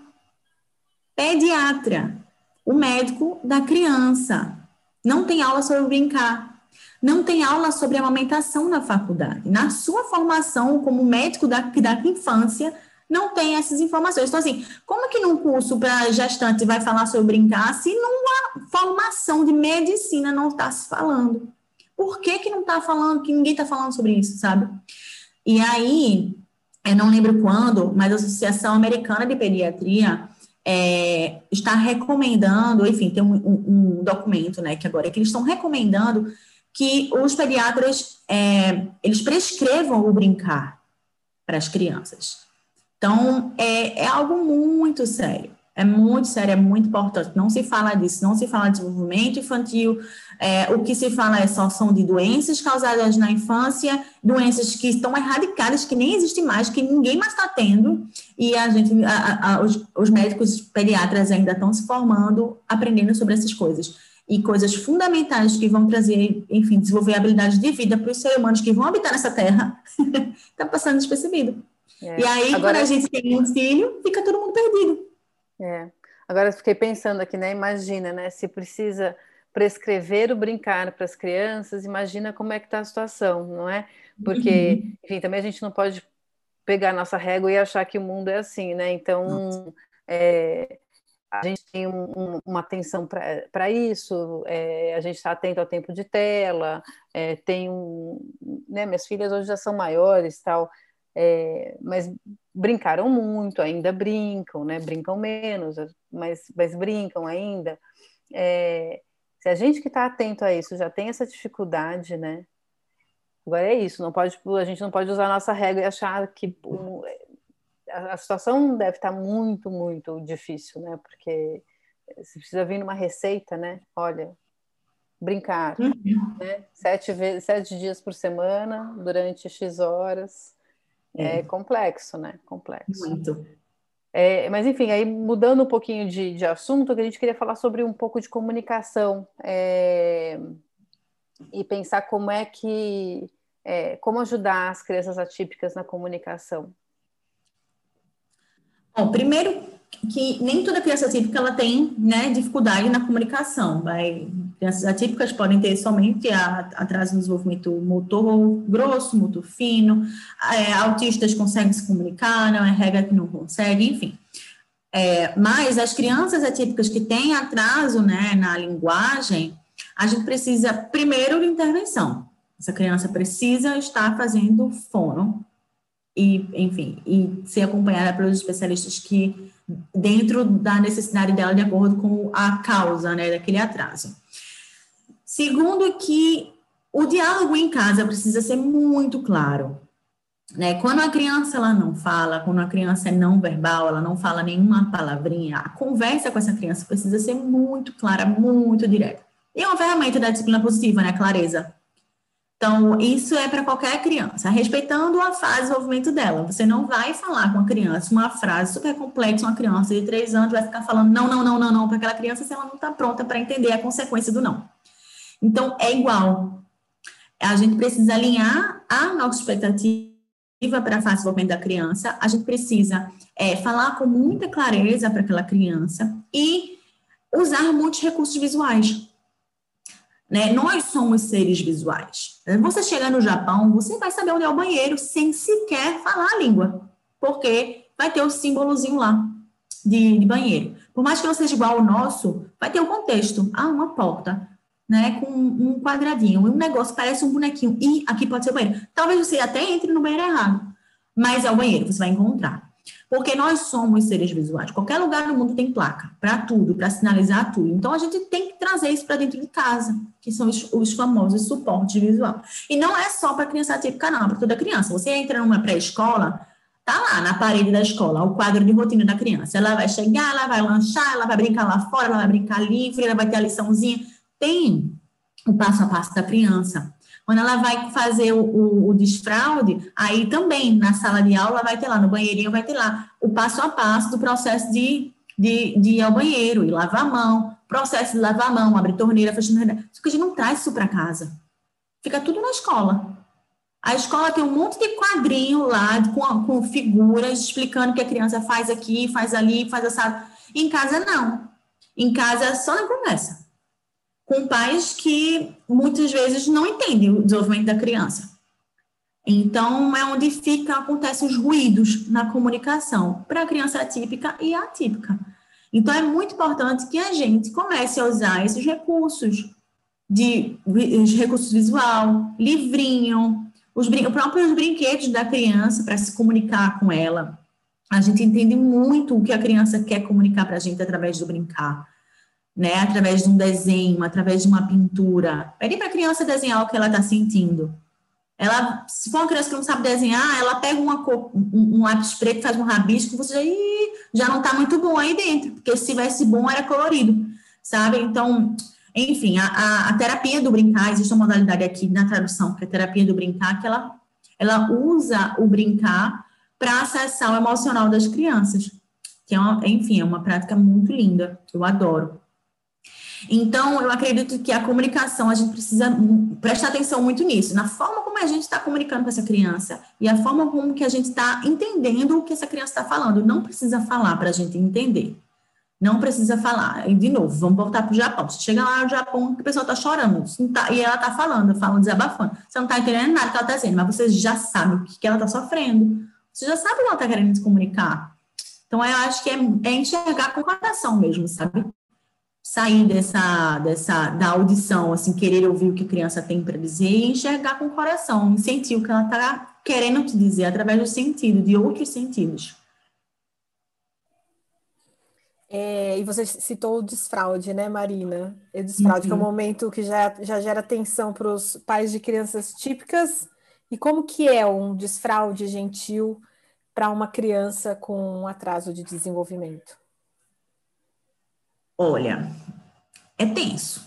Pediatra, o médico da criança, não tem aula sobre brincar. Não tem aula sobre amamentação na faculdade. Na sua formação como médico da, da infância, não tem essas informações. Então, assim, como que num curso para gestante vai falar sobre brincar se numa formação de medicina não está se falando? Por que que não está falando, que ninguém está falando sobre isso, sabe? E aí, eu não lembro quando, mas a Associação Americana de Pediatria é, está recomendando, enfim, tem um, um, um documento, né, que agora é que eles estão recomendando que os pediatras, é, eles prescrevam o brincar para as crianças. Então, é, é algo muito sério, É muito sério, é muito importante. Não se fala disso, não se fala de desenvolvimento infantil. É, o que se fala é só são de doenças causadas na infância, doenças que estão erradicadas, que nem existem mais, que ninguém mais está tendo, e a gente, a, a, os, os médicos pediatras ainda estão se formando, aprendendo sobre essas coisas. E coisas fundamentais que vão trazer, enfim, desenvolver habilidades de vida para os seres humanos que vão habitar nessa terra, está passando despercebido. É. E aí, Agora, quando a gente tem um filho, fica todo mundo perdido. É. Agora eu fiquei pensando aqui, né? Imagina, né? Se precisa prescrever o brincar para as crianças, imagina como é que está a situação, não é? Porque, uhum. enfim, também a gente não pode pegar nossa régua e achar que o mundo é assim, né? Então, é, a gente tem um, um, uma atenção para isso, é, a gente está atento ao tempo de tela, é, tem um... Né, minhas filhas hoje já são maiores, tal, é, mas brincaram muito, ainda brincam, né? Brincam menos, mas, mas brincam ainda. É, se a gente que está atento a isso já tem essa dificuldade, né? Agora é isso, não pode, a gente não pode usar a nossa régua e achar que um, a, a situação deve estar muito, muito difícil, né? Porque você precisa vir numa receita, né? Olha, brincar, uhum. né? Sete, vezes, sete dias por semana, durante X horas. É, é complexo, né? Complexo. Muito. É, mas, enfim, aí mudando um pouquinho de, de assunto, que a gente queria falar sobre um pouco de comunicação é, e pensar como é que, é, como ajudar as crianças atípicas na comunicação. Bom, primeiro que nem toda criança atípica ela tem, né, dificuldade na comunicação. Vai, crianças atípicas podem ter somente atraso no desenvolvimento motor grosso, motor fino, é, autistas conseguem se comunicar, não é regra que não consegue, enfim. É, mas as crianças atípicas que têm atraso, né, na linguagem, a gente precisa primeiro de intervenção. Essa criança precisa estar fazendo fono e, enfim, e ser acompanhada pelos especialistas que dentro da necessidade dela, de acordo com a causa, né, daquele atraso. Segundo, que o diálogo em casa precisa ser muito claro, né? Quando a criança ela não fala, quando a criança é não verbal, ela não fala nenhuma palavrinha, a conversa com essa criança precisa ser muito clara, muito direta. E é uma ferramenta da disciplina positiva, né, clareza. Então, isso é para qualquer criança, respeitando a fase de desenvolvimento dela. Você não vai falar com a criança uma frase super complexa, uma criança de três anos vai ficar falando não, não, não, não, não, para aquela criança se ela não está pronta para entender a consequência do não. Então, é igual. A gente precisa alinhar a nossa expectativa para a fase de desenvolvimento da criança, a gente precisa é, falar com muita clareza para aquela criança e usar muitos recursos visuais. Né? Nós somos seres visuais. Você chegar no Japão, você vai saber onde é o banheiro sem sequer falar a língua, porque vai ter o símbolozinho lá de, de banheiro. Por mais que não seja igual ao nosso, vai ter o contexto. Ah, uma porta, né, com um quadradinho, um negócio que parece um bonequinho. E aqui pode ser o banheiro. Talvez você até entre no banheiro errado, mas é o banheiro, você vai encontrar. Porque nós somos seres visuais. Qualquer lugar no mundo tem placa para tudo, para sinalizar tudo. Então, a gente tem que trazer isso para dentro de casa, que são os, os famosos suportes visual. E não é só para criança atípica, não, para toda criança. Você entra numa pré-escola, tá lá na parede da escola, o quadro de rotina da criança. Ela vai chegar, ela vai lanchar, ela vai brincar lá fora, ela vai brincar livre, ela vai ter a liçãozinha. Tem o passo a passo da criança. Quando ela vai fazer o, o, o desfraude, aí também, na sala de aula, vai ter lá, no banheirinho, vai ter lá o passo a passo do processo de, de, de ir ao banheiro, e lavar a mão, processo de lavar a mão, abrir torneira, fechar torneira. Só que a gente não traz isso para casa. Fica tudo na escola. A escola tem um monte de quadrinho lá, com, com figuras, explicando o que a criança faz aqui, faz ali, faz assado. Em casa, não. Em casa, é só na conversa. Com pais que muitas vezes não entendem o desenvolvimento da criança. Então, é onde fica, acontecem os ruídos na comunicação para a criança atípica e atípica. Então, é muito importante que a gente comece a usar esses recursos, de, os recursos visual, livrinho, os, brin- os próprios brinquedos da criança para se comunicar com ela. A gente entende muito o que a criança quer comunicar para a gente através do brincar. Né, através de um desenho, através de uma pintura. Pede para a criança desenhar o que ela está sentindo. Ela, se for uma criança que não sabe desenhar, ela pega uma cor, um, um lápis preto, faz um rabisco, você já, ih, já não está muito bom aí dentro, porque se tivesse bom era colorido, sabe? Então, enfim, a, a, a terapia do brincar, existe uma modalidade aqui na tradução, que é a terapia do brincar, que ela, ela usa o brincar para acessar o emocional das crianças, que é uma, enfim, é uma prática muito linda, eu adoro. Então, eu acredito que a comunicação, a gente precisa prestar atenção muito nisso, na forma como a gente está comunicando com essa criança e a forma como que a gente está entendendo o que essa criança está falando. Não precisa falar para a gente entender. Não precisa falar. E, de novo, vamos voltar para o Japão. Você chega lá no Japão, a pessoa está chorando tá, e ela está falando, falando, desabafando. Você não está entendendo nada que ela está dizendo, mas você já sabe o que, que ela está sofrendo. Você já sabe o que ela está querendo se comunicar. Então, eu acho que é, é enxergar com o coração mesmo, sabe? Sair dessa, dessa, da audição, assim, querer ouvir o que a criança tem para dizer e enxergar com o coração, sentir o que ela está querendo te dizer através do sentido, de outros sentidos. É, e você citou o desfraude, né, Marina? O desfraude, uhum. que é um momento que já, já gera tensão para os pais de crianças típicas. E como que é um desfraude gentil para uma criança com um atraso de desenvolvimento? Olha, é tenso.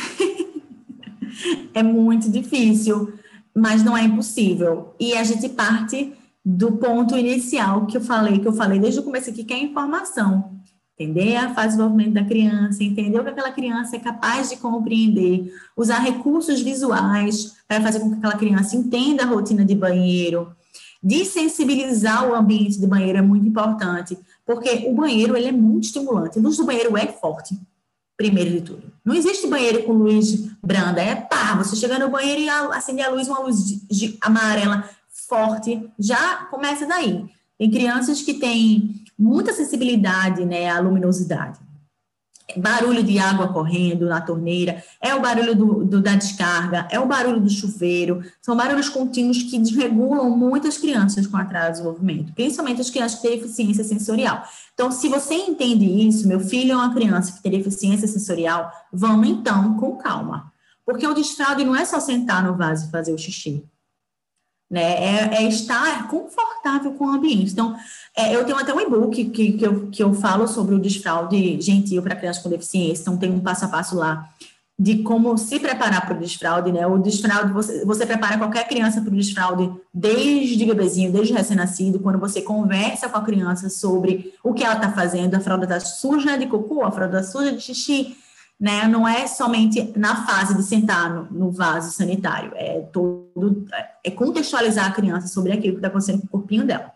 É muito difícil, mas não é impossível. E a gente parte do ponto inicial que eu falei, que eu falei desde o começo aqui, que é a informação. Entender a fase de desenvolvimento da criança, entender o que aquela criança é capaz de compreender, usar recursos visuais para fazer com que aquela criança entenda a rotina de banheiro, desensibilizar o ambiente de banheiro é muito importante, porque o banheiro, ele é muito estimulante. A luz do banheiro é forte, primeiro de tudo. Não existe banheiro com luz branda, é pá, você chega no banheiro e acende a luz, uma luz de, de amarela forte, já começa daí. Tem crianças que têm muita sensibilidade, né, à luminosidade. Barulho de água correndo na torneira, é o barulho do, do, da descarga, é o barulho do chuveiro, são barulhos contínuos que desregulam muitas crianças com atraso de desenvolvimento, principalmente as crianças que têm deficiência sensorial. Então, se você entende isso, meu filho é uma criança que tem deficiência sensorial, vamos então com calma, porque o desfraude não é só sentar no vaso e fazer o xixi, né? É, é estar confortável com o ambiente. Então, é, eu tenho até um e-book que, que, eu, que eu falo sobre o desfraude gentil para crianças com deficiência, então tem um passo a passo lá de como se preparar para o desfraude, né? O desfraude, você, você prepara qualquer criança para o desfraude desde bebezinho, desde recém-nascido, quando você conversa com a criança sobre o que ela está fazendo, a fralda está suja de cocô, a fralda está suja de xixi, né? Não é somente na fase de sentar no, no vaso sanitário, é todo, é contextualizar a criança sobre aquilo que está acontecendo com o corpinho dela.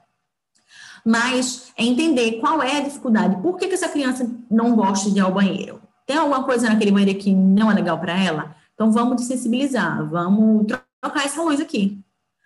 Mas é entender qual é a dificuldade, por que, que essa criança não gosta de ir ao banheiro? Tem alguma coisa naquele banheiro que não é legal para ela? Então vamos desensibilizar, vamos trocar essa luz aqui.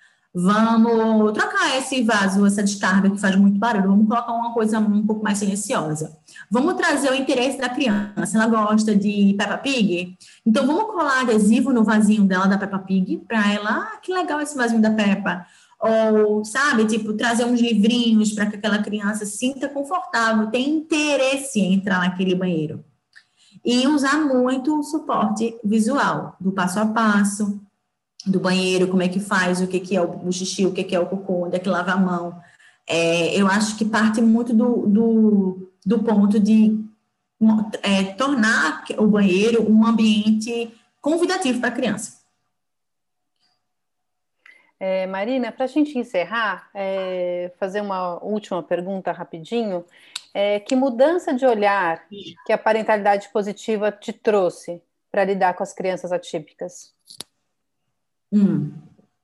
Vamos trocar esse vaso, essa descarga que faz muito barulho, vamos colocar uma coisa um pouco mais silenciosa. Vamos trazer o interesse da criança, ela gosta de Peppa Pig? Então vamos colar adesivo no vasinho dela da Peppa Pig, para ela, ah, que legal esse vasinho da Peppa. Ou, sabe, tipo, trazer uns livrinhos para que aquela criança se sinta confortável, tenha interesse em entrar naquele banheiro. E usar muito o suporte visual, do passo a passo, do banheiro, como é que faz, o que, que é o xixi, o que, que é o cocô, onde é que lava a mão. É, eu acho que parte muito do, do, do ponto de é, tornar o banheiro um ambiente convidativo para a criança. É, Marina, para a gente encerrar, é, fazer uma última pergunta rapidinho, é, que mudança de olhar que a parentalidade positiva te trouxe para lidar com as crianças atípicas? Hum.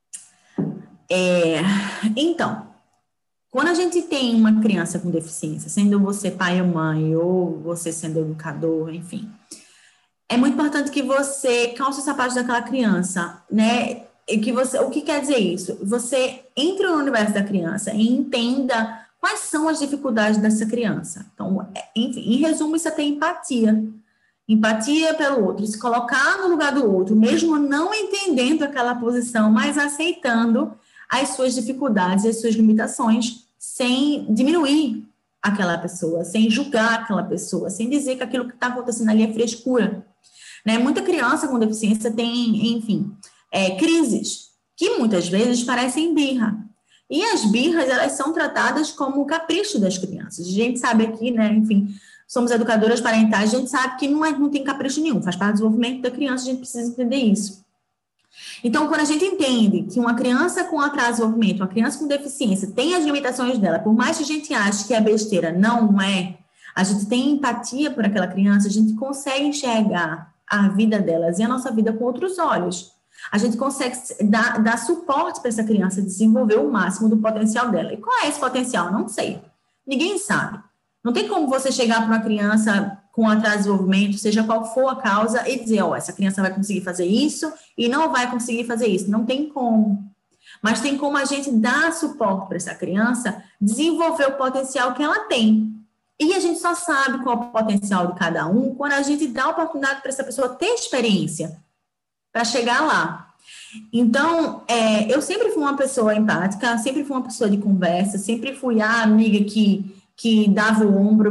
É, então, quando a gente tem uma criança com deficiência, sendo você pai ou mãe, ou você sendo educador, enfim, é muito importante que você calce os sapatos daquela criança, né? E que você, o que quer dizer isso? Você entre no universo da criança e entenda quais são as dificuldades dessa criança. Então, enfim, em resumo, isso é ter empatia. Empatia pelo outro, se colocar no lugar do outro, mesmo não entendendo aquela posição, mas aceitando as suas dificuldades e as suas limitações, sem diminuir aquela pessoa, sem julgar aquela pessoa, sem dizer que aquilo que está acontecendo ali é frescura. Né? Muita criança com deficiência tem, enfim, é, crises, que muitas vezes parecem birra. E as birras, elas são tratadas como o capricho das crianças. A gente sabe aqui, né, enfim, somos educadoras parentais, a gente sabe que não, é, não tem capricho nenhum, faz parte do desenvolvimento da criança, a gente precisa entender isso. Então, quando a gente entende que uma criança com atraso de desenvolvimento, uma criança com deficiência, tem as limitações dela, por mais que a gente ache que é besteira, não é, a gente tem empatia por aquela criança, a gente consegue enxergar a vida delas e a nossa vida com outros olhos. A gente consegue dar, dar suporte para essa criança desenvolver o máximo do potencial dela. E qual é esse potencial? Não sei. Ninguém sabe. Não tem como você chegar para uma criança com atraso de desenvolvimento, seja qual for a causa, e dizer, ó, oh, essa criança vai conseguir fazer isso e não vai conseguir fazer isso. Não tem como. Mas tem como a gente dar suporte para essa criança desenvolver o potencial que ela tem. E a gente só sabe qual é o potencial de cada um quando a gente dá a oportunidade para essa pessoa ter experiência para chegar lá. Então, é, eu sempre fui uma pessoa empática, sempre fui uma pessoa de conversa, sempre fui a amiga que, que dava o ombro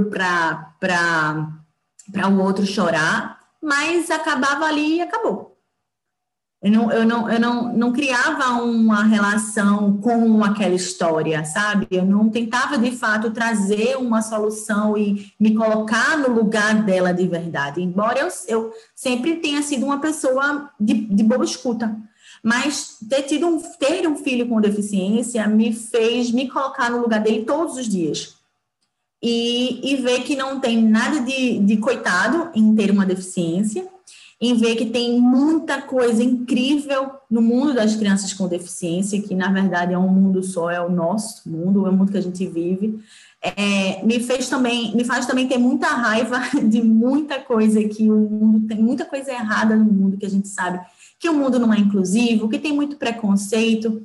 para o outro chorar, mas acabava ali e acabou. Eu não, eu não, eu não, não criava uma relação com aquela história, sabe? Eu não tentava, de fato, trazer uma solução e me colocar no lugar dela de verdade. Embora eu, eu sempre tenha sido uma pessoa de, de boa escuta. Mas ter, tido um, ter um filho com deficiência me fez me colocar no lugar dele todos os dias. E, e ver que não tem nada de, de coitado em ter uma deficiência, em ver que tem muita coisa incrível no mundo das crianças com deficiência, que na verdade é um mundo só, é o nosso mundo, é o mundo que a gente vive. É, me fez também, me faz também ter muita raiva de muita coisa que o mundo tem, muita coisa errada no mundo, que a gente sabe que o mundo não é inclusivo, que tem muito preconceito,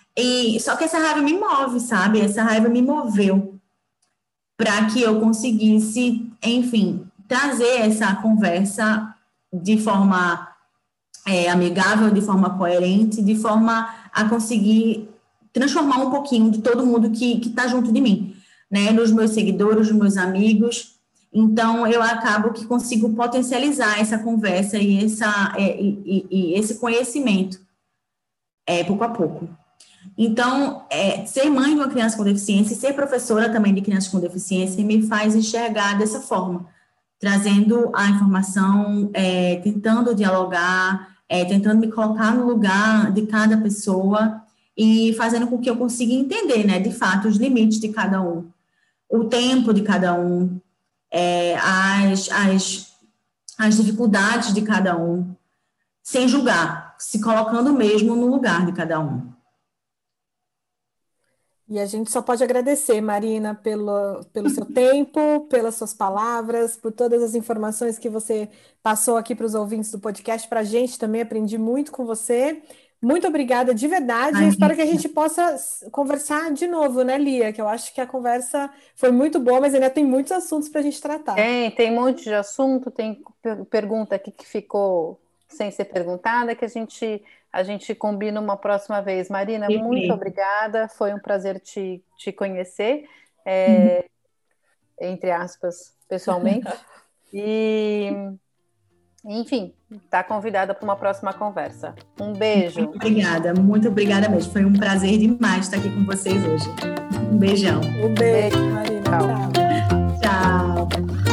e só que essa raiva me move, sabe? Essa raiva me moveu para que eu conseguisse, enfim, trazer essa conversa de forma é, amigável, de forma coerente, de forma a conseguir transformar um pouquinho de todo mundo que está junto de mim, né, nos meus seguidores, nos meus amigos. Então, eu acabo que consigo potencializar essa conversa e, essa, é, e, e, e esse conhecimento, é, pouco a pouco. Então, é, ser mãe de uma criança com deficiência e ser professora também de crianças com deficiência me faz enxergar dessa forma, trazendo a informação, é, tentando dialogar, é, tentando me colocar no lugar de cada pessoa e fazendo com que eu consiga entender, né, de fato, os limites de cada um, o tempo de cada um, é, as, as, as dificuldades de cada um, sem julgar, se colocando mesmo no lugar de cada um. E a gente só pode agradecer, Marina, pelo, pelo seu tempo, pelas suas palavras, por todas as informações que você passou aqui para os ouvintes do podcast, para a gente também, aprendi muito com você. Muito obrigada, de verdade. Ai, Espero que a gente possa conversar de novo, né, Lia? Que eu acho que a conversa foi muito boa, mas ainda tem muitos assuntos para a gente tratar. Tem, tem um monte de assunto, tem pergunta aqui que ficou sem ser perguntada, que a gente... A gente combina uma próxima vez. Marina, Sim. Muito obrigada. Foi um prazer te, te conhecer, é, uhum. entre aspas, pessoalmente. E, enfim, está convidada para uma próxima conversa. Um beijo. Muito obrigada, muito obrigada mesmo. Foi um prazer demais estar aqui com vocês hoje. Um beijão. Um beijo, Marina. Tchau. Tchau.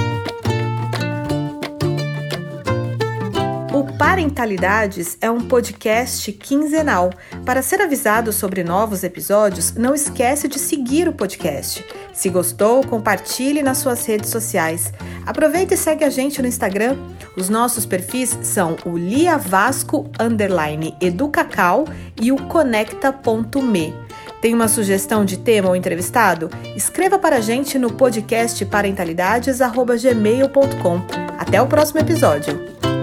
O Parentalidades é um podcast quinzenal. Para ser avisado sobre novos episódios, não esquece de seguir o podcast. Se gostou, compartilhe nas suas redes sociais. Aproveita e segue a gente no Instagram. Os nossos perfis são o liavasco underline educacau e o conecta ponto me. Tem uma sugestão de tema ou entrevistado? Escreva para a gente no podcast parentalidades arroba gmail ponto com. Até o próximo episódio.